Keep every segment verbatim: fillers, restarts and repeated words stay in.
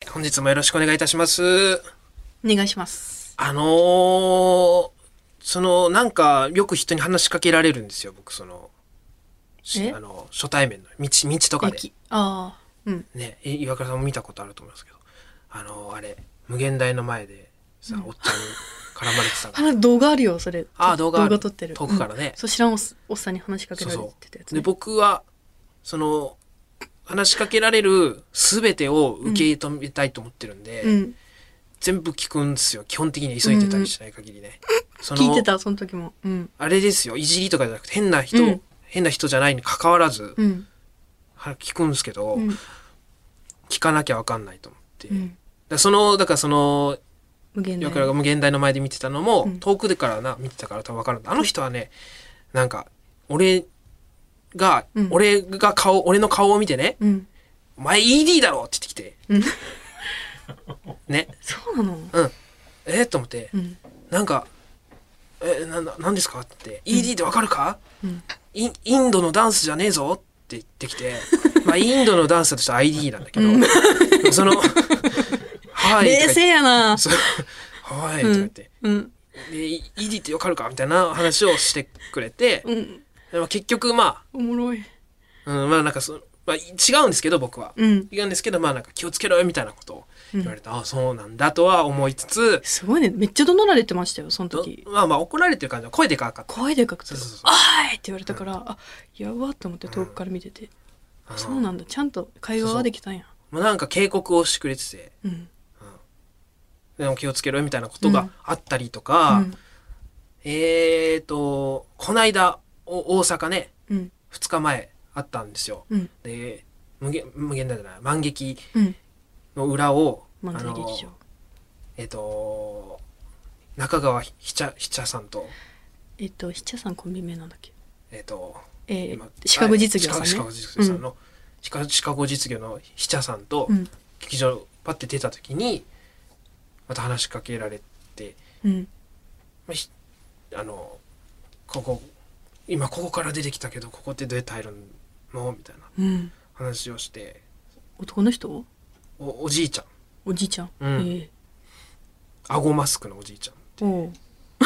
本日もよろしくお願いいたします。 お願いします。 あのー、その、なんか、よく人に話しかけられるんですよ、僕、その、 えあの、初対面の道、道とかで。 駅。ああ、うん。 ね、い岩倉さんも見たことあると思いますけど、あのー、あれ、無限大の前で、さ、 うんおっちゃんに絡まれてたから。 あ、動画あるよ、それ。 ああ、動画ある。 動画撮ってる。 遠くからね。 うん、そう、知らんおっおっさんに話しかけられてたやつ、ね。 そうそう。で、僕は、その、話しかけられるすべてを受け止めたいと思ってるんで、 うん。 全部聞くんですよ。基本的に急いでたりしない限りね。その聞いてた、その時も。うん。 あれですよ。いじりとかじゃなくて変な人、 うん変な人じゃないに関わらず、 うん。 は聞くんですけど、 うん。 聞かなきゃわかんないと思って。 うん。 だからその、だからその、 無限大。 岩倉が無限大の前で見てたのも、 うん遠くでからな、見てたから多分わかるんだ。あの人はね、なんか、俺が、 うん俺が顔、俺の顔を見てね、 うん。 お前 イーディー だろって言ってきて、 うん。 ね、 そうなのうん。えー、と思って、 うん。 なんか、え、な、な、なんですかって、イーディー ってわかるか、 うん。 インインドのダンスじゃねえぞって言ってきて、まあインドのダンスだとしたら アイディー なんだけど、その、はい。 冷静やな。 そうはい。とか言って、 うん。 で、イーディー ってわかるかみたいな話をしてくれて、 うん。 でも結局まおもろい。 あ、うん、まあなんかその、まあ違うんですけど僕は。 うん。 違うんですけど、まあなんか気をつけろよみたいなことを言われて、ああ、そうなんだとは思いつつ、 すごいね。めっちゃ怒鳴られてましたよ、そのど時。 まあまあ怒られてる感じは声でかかった。 声でかくてそうそうそう 「あーい!」って言われたから、あ、やばって思って遠くから見てて、 あのそうなんだ、ちゃんと会話はできたんや。 もうなんか警告をしてくれてて、 うんでも気をつけろよみたいなことがあったりとか、 うんえーと、こないだお大阪ね、 うんふつかまえあったんですよ。 うんで、無限、無限大じゃない、万劇うんの裏を、 漫才劇場。 えっ、と、中川ひちゃ、ひちゃさんと、 えっとひちゃさんコンビ名なんだっけ。 えっ、と、 えー今シカゴ実業さんね。 シカゴ実業さんの、シカシカゴ実業のひちゃさんと、 うん劇場パッて出た時に、また話しかけられて、 うんまあひあの、ここ、今ここから出てきたけど、ここってどうやって入るのみたいなうん話をして、 男の人？ お、おじいちゃん、 おじいちゃん。 うんえ顎マスクのおじいちゃー、おう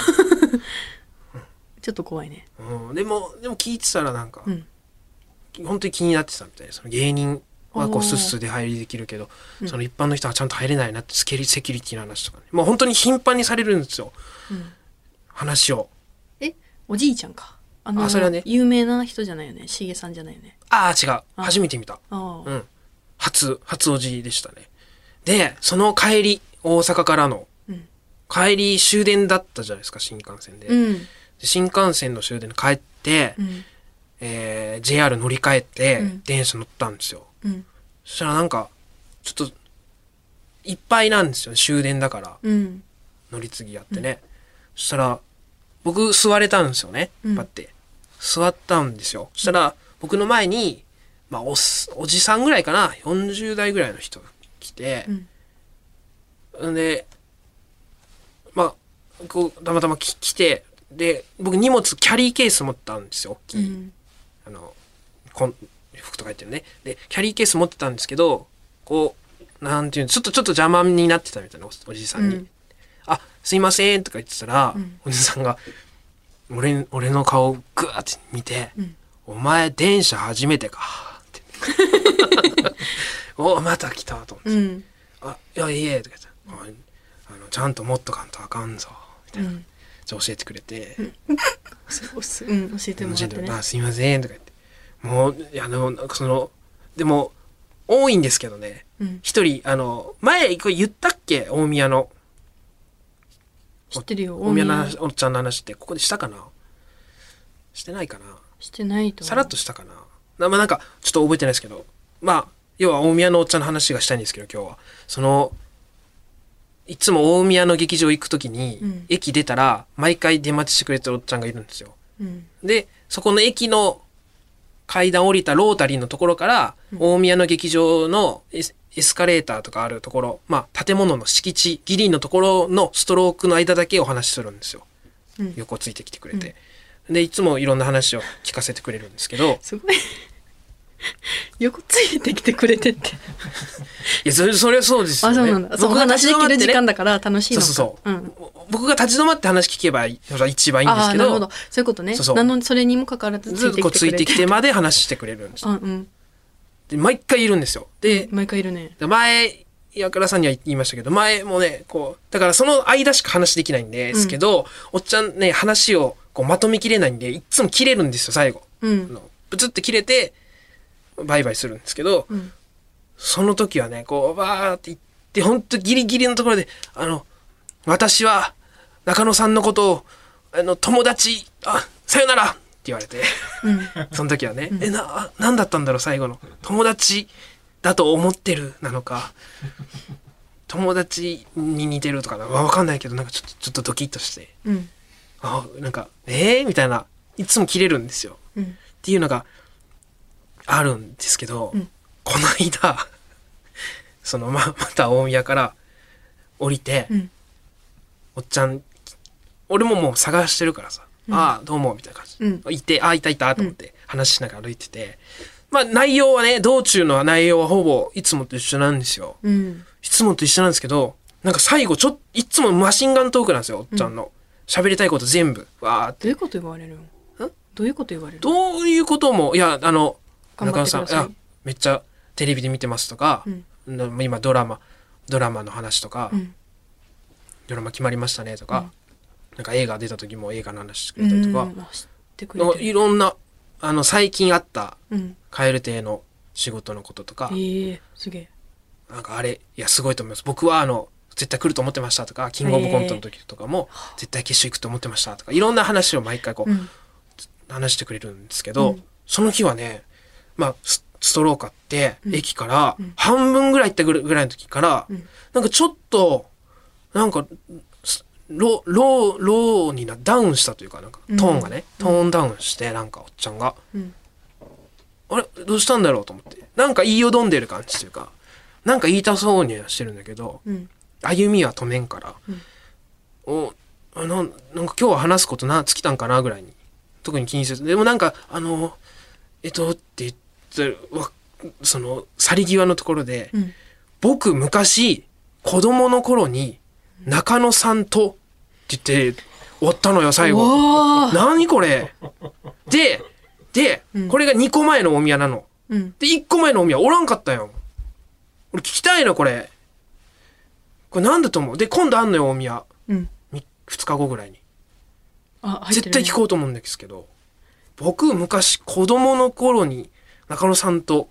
ちょっと怖いね。 ん。うん、でも、でも聞いてたらなんか、 うん本当に気になってたみたいで、その芸人はこおーうスッスで入りできるけど、 うんその一般の人はちゃんと入れないなってスケリセキュリティの話とかね。もう本当に頻繁にされるんですよ。 うん話を。 え、おじいちゃんか。あのあそれはね有名な人じゃないよね。しげさんじゃないよね。 ああ、違う。初めて見た。 ああ、 うん。初、初おじでしたね。で、その帰り、大阪からの、 うん帰り終電だったじゃないですか、新幹線で。 うんで新幹線の終電で帰って、 うんえー、ジェイアール 乗り換えて、 うん電車乗ったんですよ。 うんそしたらなんか、ちょっと、いっぱいなんですよね、終電だから。 うん乗り継ぎやってね。そしたら、僕座れたんですよね、 うんパッて。座ったんですよ。そしたら、僕の前に、まあ、おす、おじさんぐらいかな、よんじゅう代ぐらいの人が来てう、んんで、まあ、こう、たまたまき来て、で、僕荷物、キャリーケース持ったんですよ、大きい。 うんあの、こん服とか入ってるね。で、キャリーケース持ってたんですけど、こう、なんていうの、ちょっとちょっと邪魔になってたみたいな、お、おじさんに。 うんあ、すいませんとか言ってたら、 うんおじさんが、俺、俺の顔をグーって見て、 うんお前電車初めてかって。お、また来たと思って。 うんあ、いや、いえ、とか言って、あの、ちゃんと持っとかんとあかんぞ、みたいな。 うんじゃあ教えてくれて、 そうすうん、教えてもらってね。 あ、すいませんとか言って。もう、いや、でも、なんかその、でも、多いんですけどね。 うん、 一人、あの、前、これ言ったっけ大宮の。 知ってるよ。 大宮の大話おっちゃんの話って、ここでしたかなしてないかなしてないと思う。 さらっとしたかななまあなんか、ちょっと覚えてないですけど。まあ、要は大宮のおっちゃんの話がしたいんですけど、今日は。その、いつも大宮の劇場行くときに、 うん駅出たら、毎回出待ちしてくれてるおっちゃんがいるんですよ。 うんで、そこの駅の階段降りたロータリーのところから、大宮の劇場のエスエスカレーターとかあるところ、まあ、建物の敷地、ギリのところのストロークの間だけお話しするんですよ。 うん横ついてきてくれて。で、いつもいろんな話を聞かせてくれるんですけど、 すごい横ついてきてくれてって。 いや、それ、それはそうですよね。 あ、そうなんだ。そう、 僕が立話できるち止まってね時間だから楽しいのか。 そうそうそう。 ん。 僕が立ち止まって話聞けば一番いいんですああ、 けど、 なるほど。そういうことね。 そうそうなのに、それにもかかわらずつずっとこうついてきてままで話してくれるんです。 うんうん。 で、毎回いるんですよ。で、 毎回いるね。 前、岩倉さんには言いましたけど、前もね、こう、だからその間しか話できないんですけど、うん、おっちゃんね、話をこうまとめきれないんで、いつも切れるんですよ、最後。 うん。 ブツって切れて、バイバイするんですけど、うん、その時はね、こう、バーって言って、ほんとギリギリのところで、あの、私は中野さんのことを、あの、友達、あ、さよならって言われて、うん、その時はね、うん、え、な、なんだったんだろう、最後の。友達だと思ってるなのか、友達に似てるとかわかんないけど、なんかちょっと、ちょっとドキッとして、うん、あ、なんか、えー、みたいな、いつも切れるんですよ。うん、っていうのがあるんですけど、うん、この間、その、ま、また大宮から降りて、うん、おっちゃん、俺ももう探してるからさ、うん、ああ、どうも、みたいな感じ。うん、いて、ああ、いたいた、と思って話しながら歩いてて、まあ内容はね、道中の内容はほぼいつもと一緒なんですよ。うん、いつもと一緒なんですけど、なんか最後ちょっと、いつもマシンガントークなんですよ、おっちゃんの。喋、うん、りたいこと全部、わーって。 どういうこと言われるの？どういうこと言われる？ どういうことも、いや、あの、中野さん、いや、めっちゃテレビで見てますとか、うん、今ドラマ、ドラマの話とか、うん、ドラマ決まりましたねとか、うん、なんか映画出た時も映画の話してくれたりとか、うん、いろんな、あの、最近あった、蛙亭の仕事のこととか、 えー、すげえ。 なんかあれ、いや、すごいと思います。僕はあの、絶対来ると思ってましたとか、キングオブコントの時とかも、絶対決勝行くと思ってましたとか、いろんな話を毎回こう、うん話してくれるんですけど、うん、その日はね、まあ、ス, ストローカって駅から半分ぐらい行ったぐらいの時から、うん、なんかちょっと、なんか、ロー、ロー、ローにな、ダウンしたというか、なんかトーンがね、うん、トーンダウンして、なんかおっちゃんが、うん、あれどうしたんだろうと思って、なんか言いよどんでる感じというか、なんか言いたそうにはしてるんだけど、うん、歩みは止めんから、うん、おあな、なんか今日は話すことな、尽きたんかなぐらいに。特に気にせず。でもなんか、あの、えっと、って言って、その、去り際のところで、うん、僕昔、子供の頃に、中野さんと、って言って、終わったのよ、最後。何これで、で、うん、これがにこまえの大宮なの。うん、で、いっこまえの大宮おらんかったよ。俺聞きたいの、これ。これなんだと思う？で、今度あんのよ、大宮。うん、ふつかごぐらいに。 あ、 絶対聞こうと思うんですけど、僕昔子供の頃に中野さんと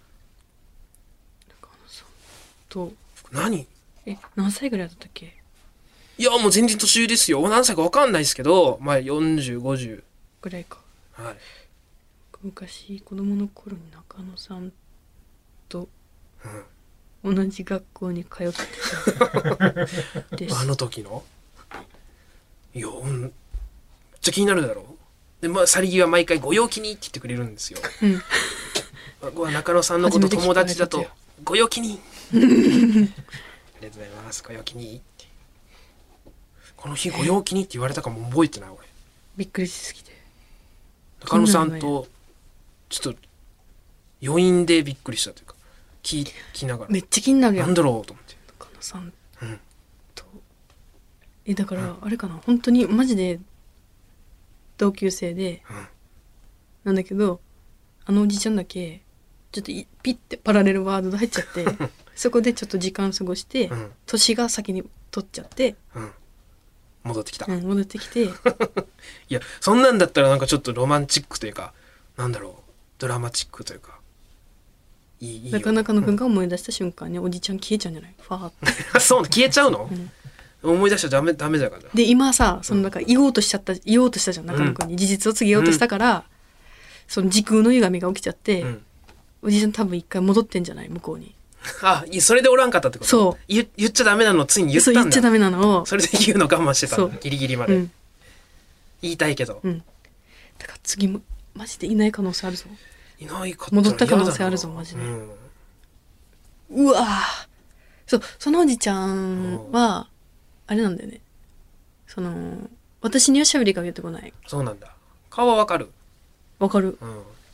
中野さんと何え何歳ぐらいだったっけ？ いやもう全然年上ですよ。何歳か分かんないですけど、まあよんじゅう、ごじゅうぐらいか。 はい。 昔子供の頃に中野さんと同じ学校に通ってたです。 あの時のいや、うんめっちゃ気になるだろう。で、まあ、去り際毎回ご陽気にって言ってくれるんですよ。うん、中野さんのこと友達だと、ご陽気にありがとうございます。ご陽気にって。この日ご陽気にって言われたかも覚えてない俺。 びっくりしすぎて。 中野さんと、ちょっと、余韻でびっくりしたというか、聞きながら。 めっちゃ気になるやん。 なんだろうと思って。 中野さんと、うん、え、だから、あれかな、本当にマジで、同級生で、うん、なんだけどあのおじちゃんだけちょっとピッてパラレルワールド入っちゃってそこでちょっと時間過ごして、うん、年が先に取っちゃって、うん、 戻ってきた、 うん、戻ってきていやそんなんだったらなんかちょっとロマンチックというかなんだろうドラマチックというかいいいいなかなかのくんが思い出した瞬間に、うん、おじちゃん消えちゃうんじゃないファーってそう消えちゃうの、うん思い出しちゃダメダメだからで今さそのなんか言おうとしちゃった言おうとしたじゃん中野くんに、うん、事実を告げようとしたから、うん、その時空の歪みが起きちゃって、うん、おじちゃん多分一回戻ってんじゃない向こうにあそれでおらんかったってことそう言言っちゃダメなのついに言ったんだそう言っちゃダメなのをそれで言うの我慢してたのギリギリまで、うん、言いたいけど、うん、 だから次もマジでいない可能性あるぞいないか戻った可能性あるぞマジで、うん、うわそうそのおじちゃんはあれなんだよねその私には喋りかけてこないそうなんだ顔はわかるわかる、うん、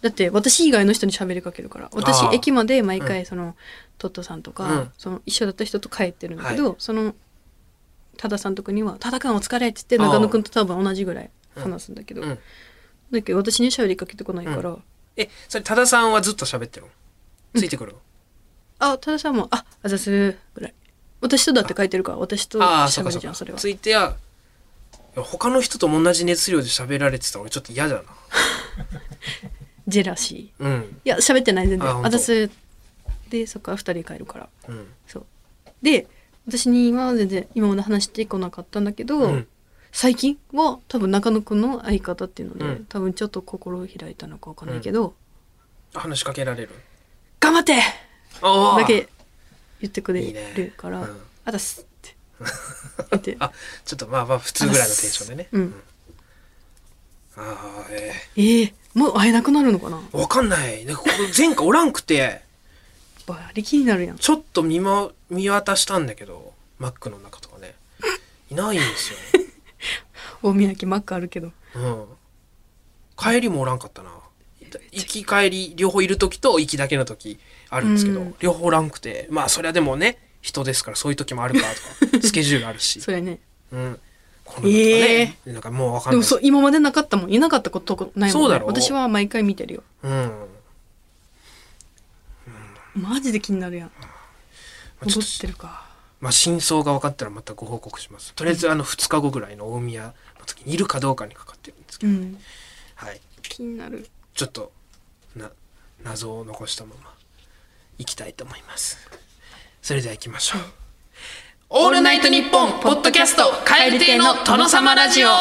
だって私以外の人に喋りかけるから。私あー駅まで毎回その、トットさんとか、 うんその一緒だった人と帰ってるんだけど、 はその多田さんとこには「多田くんお疲れ」って言って中野くんと多分同じぐらい話すんだけど、 うんだけど私に喋りかけてこないから、 えそれ多田さんはずっと喋ってるのついてくるの、 あ多田さんも「ああざす」ぐらい。私とだって書いてるから私とああそうかそうか喋るじゃんそれは。 ついてや他の人と同じ熱量で喋られてたら俺ちょっと嫌だな。 ジェラシー。 うんいや喋ってない全然。 あ本当あざすでそっからふたり帰るから。 うんそうで私には全然今まで話してこなかったんだけど、 うん最近は多分中野くんの相方っていうので、 うん多分ちょっと心を開いたのかわかんないけど、 話しかけられる頑張っておーだけ言ってくれいいねるからうんあだすって言ってあちょっとまあまあ普通ぐらいのテンションでねうん、 ああええー、もう会えなくなるのかな。 ー、わかんないなんかこれ前回おらんくてバリ気になるやん。 ちょっと見,、ま、見渡したんだけどマックの中とかねいないんですよ、 大宮駅マックあるけどうん、帰りもおらんかったな行き帰り両方いる時と行きだけの時あるんですけど、 うん両方おらんくてまあそれはでもね人ですからそういう時もあるかとかスケジュールあるしそれね。 うんこのね、なんかもうわかんないでもそう今までなかったもんいなかったことないもん、ね、 そうだろう私は毎回見てるよ。 うんマジで気になるやん。 ちょっと戻ってるか。 まあ真相が分かったらまたご報告しますとりあえずあのふつかごぐらいの大宮の時にいるかどうかにかかってるんですけど、 うんはい気になる。 ちょっとな謎を残したまま行きたいと思いますそれでは行きましょう、オールナイトニッポンポッドキャスト蛙亭の殿様ラジオ。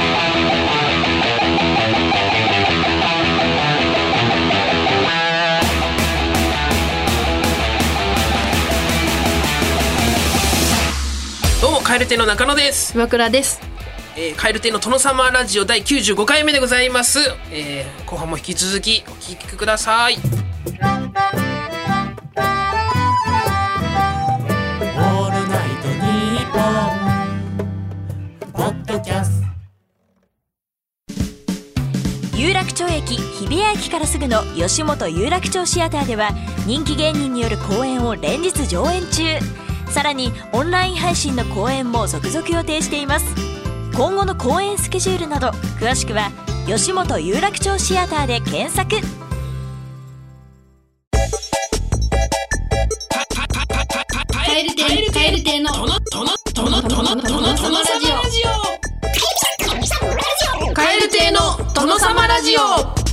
どうも蛙亭の中野です。 岩倉です。 えー、蛙亭の殿様ラジオだいきゅうじゅうごかいめでございます、えー、後半も引き続きお聞きください。 オールナイトニッポンポッドキャスト有楽町駅日比谷駅からすぐの吉本有楽町シアターでは人気芸人による公演を連日上演中。さらにオンライン配信の公演も続々予定しています。今後の公演スケジュールなど詳しくは吉本有楽町シアターで検索。 蛙亭蛙亭の殿殿殿殿殿殿ラジオ。蛙亭の殿様ラジオ。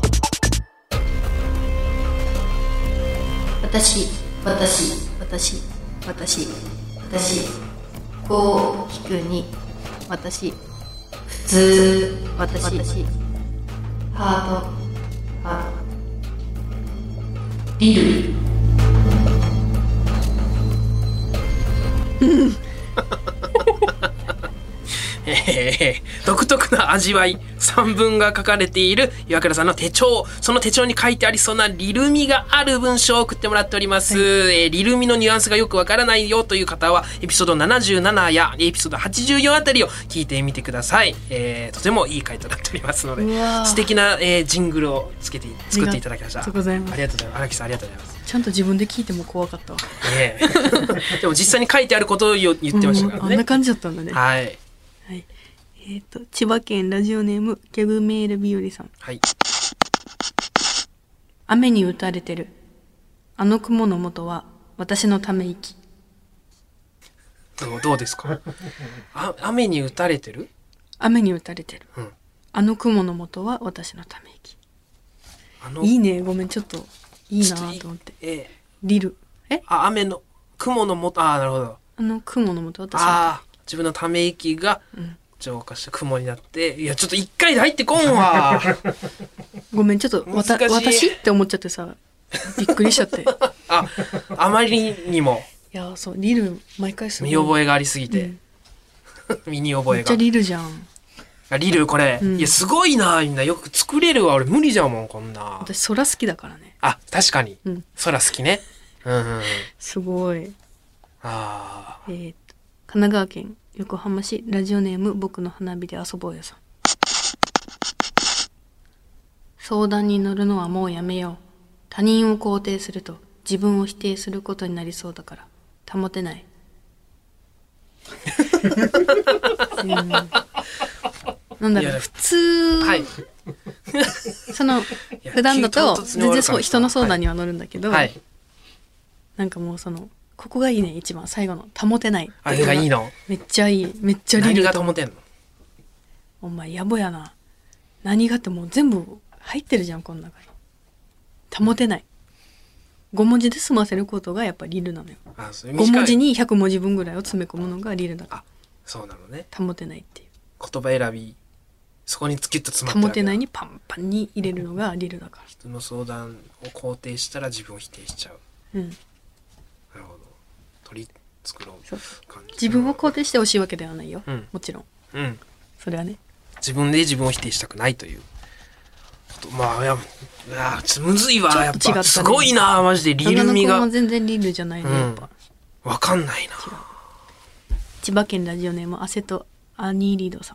私私私私私こう聞くに私普通私私ハートハートリルえー、独特な味わい散文が書かれている岩倉さんの手帳、その手帳に書いてありそうなリルミがある文章を送ってもらっております、はいえー、リルミのニュアンスがよくわからないよという方はエピソードななじゅうななやエピソードはちじゅうよんあたりを聞いてみてください、えー、とてもいい回となっておりますので素敵な、えー、ジングルをつけて作っていただきました。 ありがとうございます。 ありがとうございます。荒木さんありがとうございます。 ちゃんと自分で聞いても怖かったわ、 ねえでも実際に書いてあることを言ってましたからね、 うん、あんな感じだったんだね。 はい、 はいえー、と千葉県ラジオネームギャグメール日和さん、 はい、 雨に打たれてるあの雲の元は私のため息。 どうどうですかあ雨に打たれてる雨に打たれてる、 うん、 あの雲の元は私のため息。 あのいいね、ごめんちょっといいなと思って。 えリルえあ雨の雲のもとああなるほど。 あの雲の元私のため息。 ああ自分のため息がうん浄化して雲になって、いやちょっと一回で入ってこんわごめんちょっとわた難しい私って思っちゃってさびっくりしちゃっていああまりにもやそうリル毎回すごい見覚えがありすぎて、 うん身に覚えがめっちゃリルじゃん。 あリルこれ、 うんいやすごいなみんなよく作れるわ俺無理じゃもんこんな。 私空好きだからね。 あ確かに、 うん空好きねうんうんうんすごい。 あえー、と神奈川県横浜市ラジオネーム僕の花火で遊ぼうやさん。 相談に乗るのはもうやめよう。他人を肯定すると自分を否定することになりそうだから保てない。うん、なんだろう、普通、 はい、 その普段だと全然そう人の相談には乗るんだけど、 はい、 なんかもうそのここがいいね、一番最後の保てない。 あれがいいの？ めっちゃいい、めっちゃリル何が保てんの？ お前野暮やな。何がってもう全部入ってるじゃんこの中に。保てない。ごもじで済ませることがやっぱリルなのよ。 あ、それごもじにひゃくもじぶんぐらいを詰め込むのがリルだかあ、そうなのね。 ら保てないっていう。 言葉選び、そこにキュッと詰まってるわけだ。 保てないにパンパンに入れるのがリルだから。 人の相談を肯定したら自分を否定しちゃう。 うん。 なるほど。取り繕うそう感じ。 自分を肯定してほしいわけではないよ。 うん、 もちろん。 うん。 それはね。 自分で自分を否定したくないということ。まあ、いや、いやむずいわ。やっぱ、ね、すごいな、マジでリルミが。 も全然リルじゃないね、うん、やっぱ。 わかんないな。 千葉県ラジオネームアセトアニーリードさん。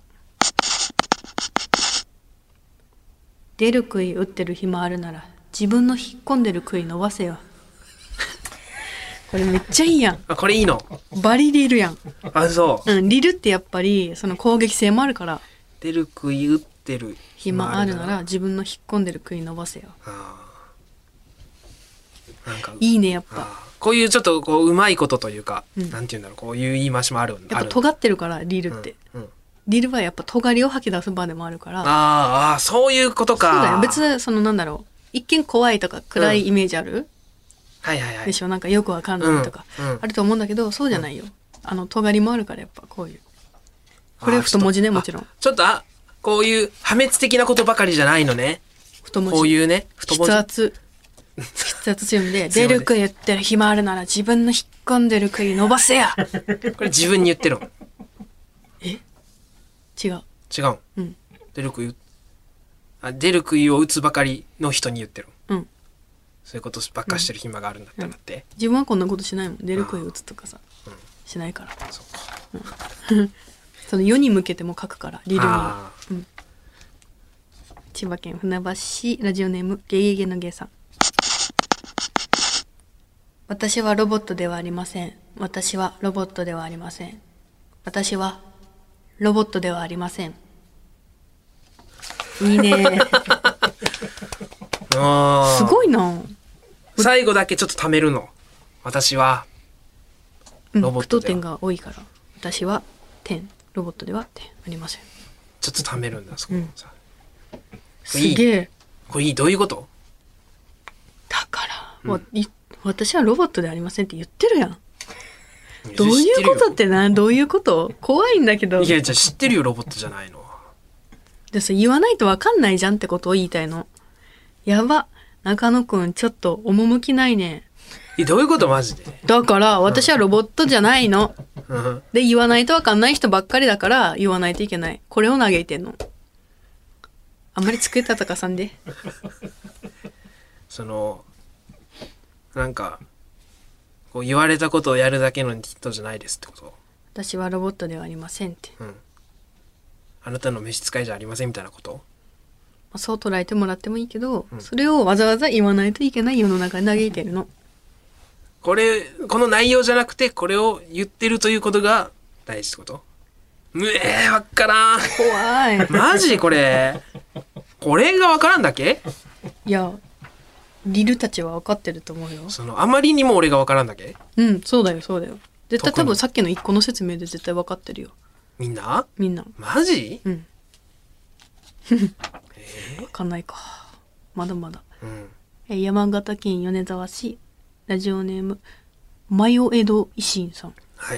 出る杭打ってる暇あるなら自分の引っ込んでる杭伸ばせよ。これめっちゃいいやん。 あ、これいいの。 バリリルやん。 あ、そう。 うん、リルってやっぱりその攻撃性もあるから。 出る杭打ってる暇あるなら自分の引っ込んでる杭伸ばせよ。 あなんかいいねやっぱ。 こういうちょっとこううまいことというか、 うん、 なんていうんだろう、こういう言い回しもあるんやっぱ尖ってるからリルって、うんうん、リルはやっぱ尖りを吐き出す場でもあるから。 ああ、そういうことか。 そうだよ。別にそのなんだろう、一見怖いとか暗いイメージある、うん、 はいはいはい。 でしょ、なんかよくわかんないとか、うんうん、あると思うんだけど、そうじゃないよ。あの尖りもあるからやっぱこういう。これは太文字ね、もちろん。 ちょっとあこういう破滅的なことばかりじゃないのね。 太文字。 こういうね、 太文字。筆圧。筆圧強いんで、出る杭言ってる暇あるなら自分の引っ込んでる杭伸ばせや。 これ自分に言ってるの。 え？違う。 違う。うん。出る杭あ出る杭を打つばかりの人に言ってる。うん。そういうことばっかしてる暇があるんだったらって。うんうん、 自分はこんなことしないもん。出る杭打つとかさ、うん、しないから。そうか。うん、その世に向けても書くからリルには。うん。千葉県船橋市ラジオネームゲゲゲのゲさん。私はロボットではありません。私はロボットではありません。私はロボットではありません。いいね。すごいな。 最後だけちょっと貯めるの。私はロボットでは、うん、句読点が多いから。私は点、ロボットでは点ありません。 ちょっと貯めるんだそこ、うん、さ。 すげえ。 これいい、どういうこと？ だから、うん、私はロボットでありませんって言ってるやん。どういうことってな、どういうこと？怖いんだけど。 いや、じゃあ知ってるよ、ロボットじゃないの。 でさ、言わないとわかんないじゃんってことを言いたいの。やば、中野くんちょっと趣ないね。 え、どういうことマジで？ だから私はロボットじゃないの。うん、で言わないとわかんない人ばっかりだから言わないといけない。これを嘆いてんの。あんまり机叩かさんで。 そのなんかこう言われたことをやるだけの人じゃないですってこと？ 私はロボットではありませんって、うん、 あなたの召使いじゃありませんみたいなこと？ そう捉えてもらってもいいけど、うん、それをわざわざ言わないといけない世の中に嘆いてるの。 これこの内容じゃなくてこれを言ってるということが大事ってこと？うえー、わっからん。 怖い。 マジこれこれがわからんだけ？ いやリルたちは分かってると思うよ。 そのあまりにも俺が分からんだけ？ うん、そうだよそうだよ。絶対多分さっきの一個の説明で絶対分かってるよ。 みんな？ みんな。 マジ？ うん。えー、分かんないか。まだまだ。うん、え山形県米沢市ラジオネームマヨエド維新さん。 はい。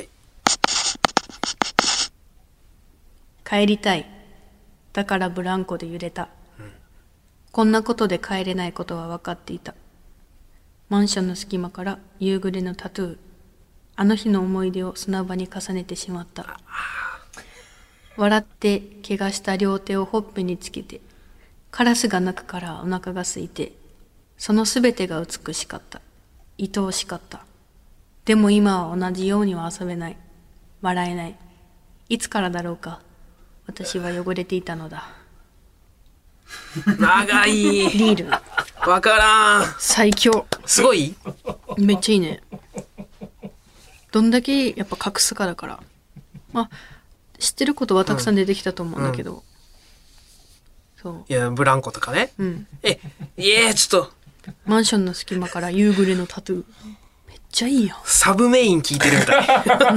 帰りたい。だからブランコで揺れた。こんなことで帰れないことは分かっていた。マンションの隙間から夕暮れのタトゥー。あの日の思い出を砂場に重ねてしまった。笑って怪我した両手をほっぺにつけて、カラスが鳴くからお腹が空いて、そのすべてが美しかった。愛おしかった。でも今は同じようには遊べない。笑えない。いつからだろうか。私は汚れていたのだ。 長い。 リールわからん。 最強。 すごい。 めっちゃいいね。どんだけやっぱ隠すかだから、まあ知ってることはたくさん出てきたと思うんだけど、うん、そういやブランコとかね、 うん、 えいやちょっとマンションの隙間から夕暮れのタトゥーめっちゃいいやん。 サブメイン聞いてるみたい、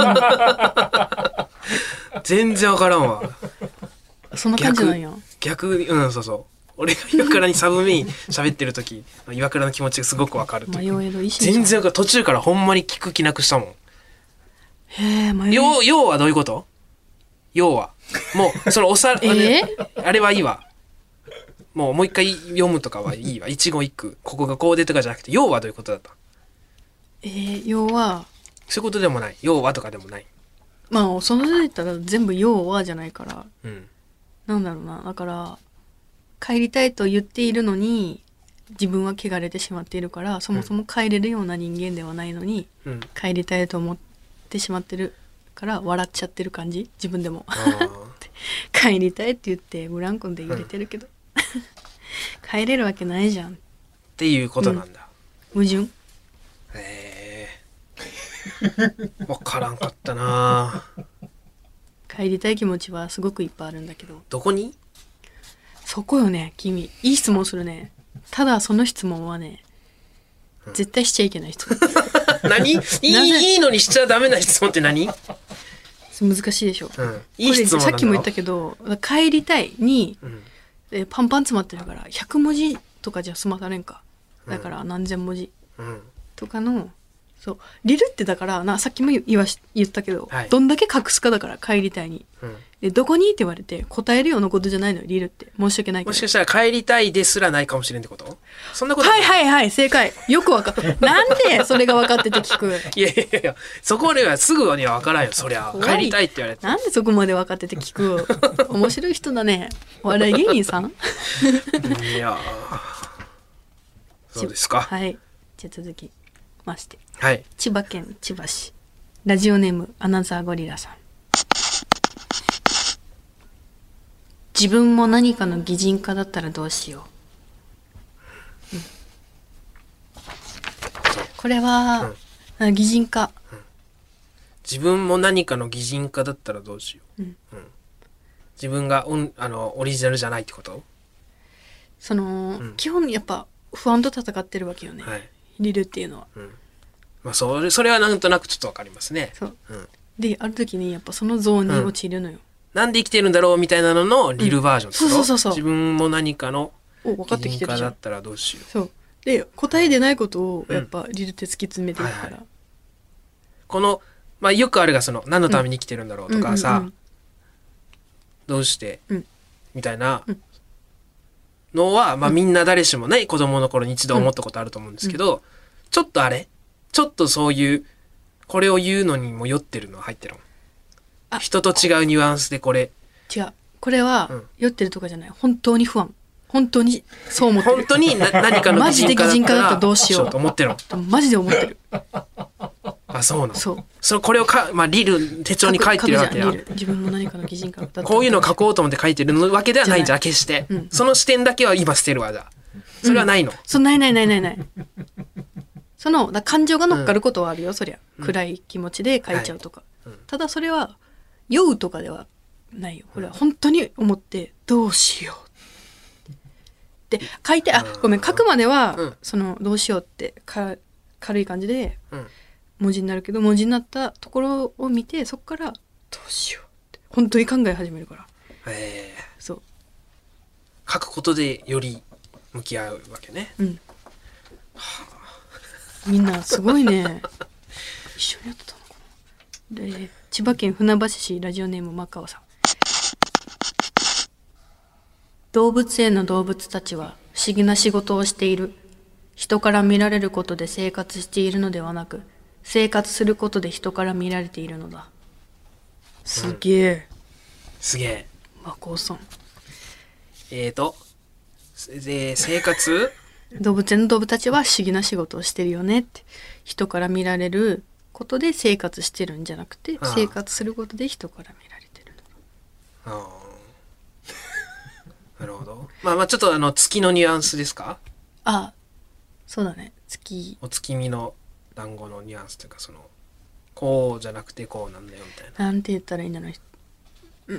うん、全然わからんわ。 そんな感じなんや。 逆にうんそうそう俺が岩倉にサブメイン喋ってる時岩倉の気持ちがすごくわかるという。全然途中からほんまに聞く気なくしたもん。 へえ、迷い。 要要はどういうこと？要はもうそのおさ、 えー、 あれはいいわ。もうもう一回読むとかはいいわ。一語一句ここがこうでとかじゃなくて要はどういうことだった？ えー、要はそういうことでもない。要はとかでもない。 まあそので言ったら全部要はじゃないから、 うん、 なんだろうな。だから帰りたいと言っているのに自分は汚れてしまっているから、そもそも帰れるような人間ではないのに、うん、帰りたいと思ってしまってるから笑っちゃってる感じ。自分でも帰りたいって言ってブランコで入れてるけど、うん、帰れるわけないじゃんっていうことなんだ、 うん、矛盾。 へえー、分からんかったな。 帰りたい気持ちはすごくいっぱいあるんだけど。 どこに？ そこよね。君いい質問するね。ただその質問はね、うん、絶対しちゃいけない質問何？いい、いいのにしちゃダメな質問って何？ 難しいでしょ、 うん、いい質問なんだろ。 さっきも言ったけど帰りたいに、うんえパンパン詰まってるからひゃくもじとかじゃ済まされんか。だから何千文字とかの、うん、そうリルってだからな、さっきも言わし言ったけど、はい、どんだけ隠すかだから帰りたいに、うん、でどこにって言われて答えるようなことじゃないのよリルって。申し訳ないけど。 もしかしたら帰りたいですらないかもしれんってこと？そんなことない。 はいはいはい正解。よくわかる。なんでそれが分かってて聞く。 いやいやいやそこまではすぐには分からんよ。そりゃ帰りたいって言われて。 なんでそこまで分かってて聞く。面白い人だね。お笑い芸人さん。 いやそうですか。 はい。じゃあ続きまして、 はい、 千葉県千葉市ラジオネームアナザーゴリラさん。自分も何かの擬人化だったらどうしよう、うん、これは、うん、擬人化、うん、 自分も何かの擬人化だったらどうしよう、うんうん、自分がオンあのオリジナルじゃないってこと？ その、うん、基本やっぱ不安と戦ってるわけよね、はい、リルっていうのは、うんまあ、それそれはなんとなくちょっとわかりますね。 そう、うん、である時にやっぱそのゾーンに陥るのよ、うん、 なんで生きてるんだろうみたいなののリルバージョンってこと、うん、 そうそうそうそう。 自分も何かの擬人化だったらどうしよう。 そうで答えでないことをやっぱリルって突き詰めていくから、うんはいはい、 この、まあ、よくあるがその何のために生きてるんだろうとかさ、うんうんうんうん、どうして、うん、みたいなのは、まあ、みんな誰しもね子供の頃に一度思ったことあると思うんですけど、うんうん、ちょっとあれちょっとそういうこれを言うのにも酔ってるの入ってるの。人と違うニュアンスでこれ違うこれは、うん、酔ってるとかじゃない。本当に不安。本当にそう思ってる。 本当に何かの擬人化だったらどうしようと思ってるの。 マジで思ってる。 あそうなの。 そうそれこれをか、まあ、リル手帳に書いてるわけや。 自分も何かの擬人化だったらこういうのを書こうと思って書いてるわけではないんじゃ決して、うん、その視点だけは今捨てるわじゃそれはないの、うん、 そうないないないないないそのだ感情が乗っかることはあるよ、うん、そりゃ暗い気持ちで書いちゃうとか、はいうん、ただそれは酔うとかではないよ。これは本当に思ってどうしようって書いてあごめん書くまでは、うん、そのどうしようってか軽い感じで文字になるけど、文字になったところを見てそこからどうしようって本当に考え始めるから。 へーそう書くことでより向き合うわけね、 うんはあ、みんなすごいね一緒にやってたのかな。で千葉県船橋市ラジオネームマカオさん。動物園の動物たちは不思議な仕事をしている。人から見られることで生活しているのではなく、生活することで人から見られているのだ。すげえ、うん、 すげえマカオさん。 えーとで生活動物園の動物たちは不思議な仕事をしてるよねって。人から見られることで生活してるんじゃなくて、生活することで人から見られてるの。 ああなるほど。まあまあちょっとあの月のニュアンスですか？ あ、そうだね。月。 お月見の団子のニュアンスというか、そのこうじゃなくてこうなんだよみたいな。 なんて言ったらいいんだろう。うん、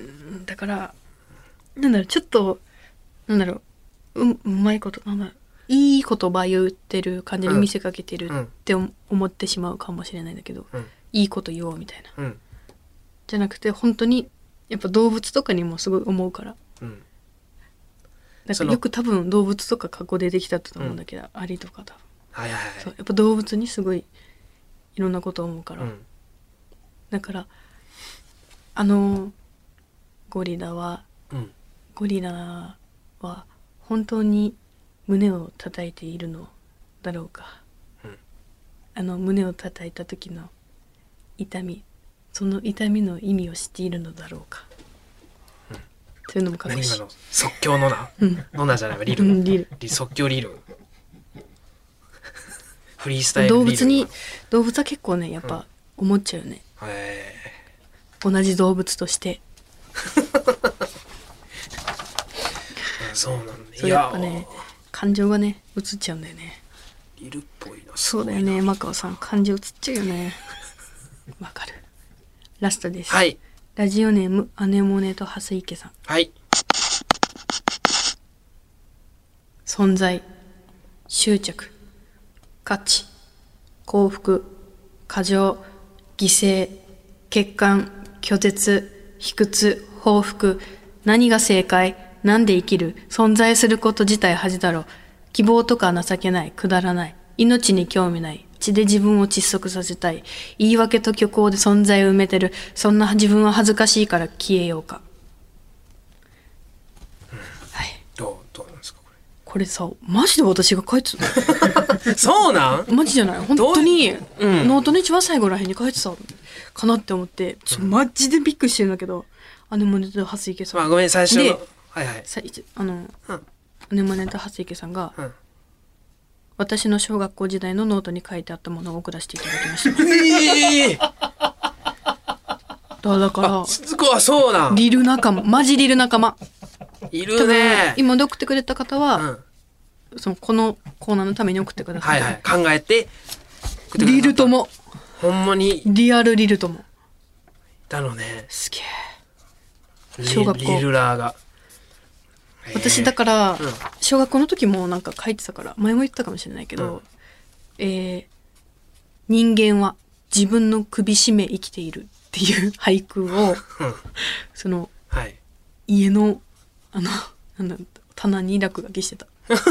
だからなんだろう、ちょっとなんだろう、う、うまいことなんだろう、いい言葉言ってる感じに見せかけてるって思ってしまうかもしれないんだけど、 うん、 いいこと言おうみたいな、 うん、 じゃなくて本当にやっぱ動物とかにもすごい思うから、 うん、 なんかよく多分動物とか過去でできたと思うんだけど、うん、アリとか多分、 はいはいはい、 そうやっぱ動物にすごいいろんなことを思うから、うん、だからあのゴリラは、うん、ゴリラは本当に胸を叩いているのだろうか、うん、あの胸を叩いた時の痛み、その痛みの意味を知っているのだろうか、うん、そういうのもかっこいいし。 何今の即興のな、うん、のなじゃないわ、リル、 うん、リル即興リルフリースタイルリル。 動物に動物は結構ねやっぱ思っちゃうよね、 うん、へー同じ動物としてそうなんだ。 そうやっぱね感情がね映っちゃうんだよね。 リルっぽいな。 そうだよね、マカオさん感情映っちゃうよね。わかる。ラストです。 はい。 ラジオネームアネモネとハスイケさん。 はい。 存在、執着、価値、幸福、過剰、犠牲、欠陥、拒絶、卑屈、報復。何が正解？なんで生きる？存在すること自体恥だろう。希望とか情けない。くだらない。命に興味ない。血で自分を窒息させたい。言い訳と虚構で存在を埋めてる。そんな自分は恥ずかしいから消えようか。 うん、はい。どうどうなんですかこれ。 これさ、マジで私が書いてた。 そうなん？ マジじゃない。本当に、うん、ノートの一番最後らへんに書いてたかなって思って、ちょマジでびっくりしてるんだけど、アネモネとハスイケさん。 まあごめん最初の。 ではいはい。 さあの、うん、アネモネとハスイケさんが、 うん、 私の小学校時代のノートに書いてあったものを送らせていただきました。 えー、 だ, だからあそうなんリル仲間、マジリル仲間いるね。 今で送ってくれた方は、うん、そのこのコーナーのために送ってください。 はいはい、考えてリルともほんまにリアルリルともだのね。 すげえ小学校リルラーが私だから、うん、小学校の時もなんか書いてたから前も言ったかもしれないけど、うん、えー、人間は自分の首絞め生きているっていう俳句を、うん、その、はい、家のあのなんだ棚に落書きしてた。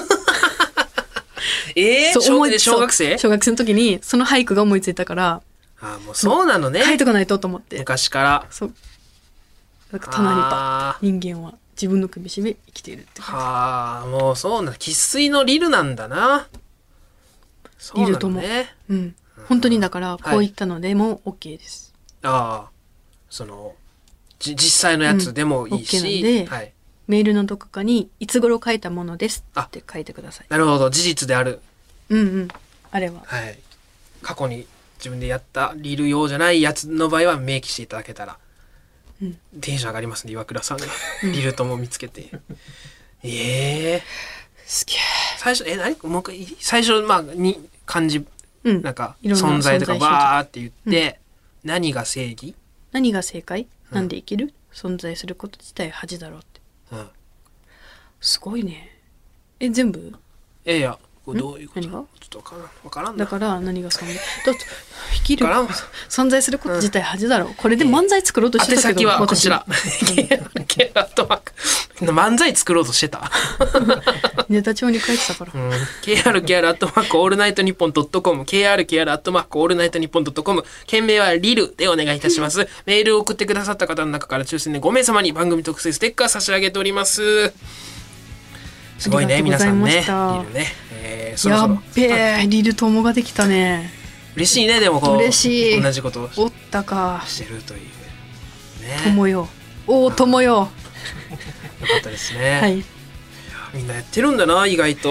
えー、小, 小学生小学生の時にその俳句が思いついたから、 あもうそうなのね。 書いとかないとと思って昔からそうなんか棚にパッ人間は自分の首絞め生きているって感じ。 はあもうそうな生粋のリルなんだな。そうなのね、リルとも、 うん、本当にだからこういったのでも OK です、 はい、ああそのじ実際のやつでもいいし、うん、 OK なんで、はい、メールのどこかにいつ頃書いたものですって書いてください。 なるほど事実である。 うんうんあれは、 はい、過去に自分でやったリル用じゃないやつの場合は明記していただけたら、うん、テンション上がりますね岩倉さんがリルとも見つけてええー、 すげえ最初え何もう一回最初まあに漢字、うん、なんかいろんな存在とかバーって言って、うん、何が正義何が正解、うん、なんで生きる存在すること自体恥だろうって、うん、すごいね。え全部えいやこれどういうこと？何がちょっとわからんわからんな。 だから何がそんなだって生きる存在すること自体恥だろう、うん、これで漫才作ろうとしてたけど、 えー、宛先はこちらケーアットマーク漫才作ろうとしてたネタ帳に書いてたから、 うん、ケーアールケーアール アットマークオールナイトニッポンドットコム ケーアールケーアール アットマークオールナイトニッポンドットコム件名はリルでお願いいたします、うん、メールを送ってくださった方の中から抽選でごめい様に番組特製ステッカー差し上げております。すごいね皆さんねリルね、えー、そろそろやっべえリル友ができたね。 嬉しいね。でもこう嬉しい同じことをおったかしてるというね友よおお友よよかったですね、 はい、 みんなやってるんだな意外と。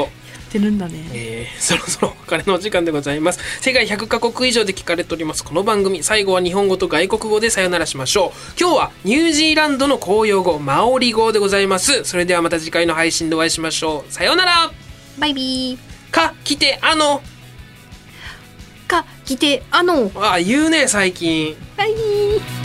ってるんだね。 えー、そろそろお別れのお時間でございます。世界ひゃくカ国以上で聞かれておりますこの番組、最後は日本語と外国語でさよならしましょう。今日はニュージーランドの公用語マオリ語でございます。それではまた次回の配信でお会いしましょう。さよなら。 バイビー。 か来てあのか来てあのあ言うね最近。 バイビー。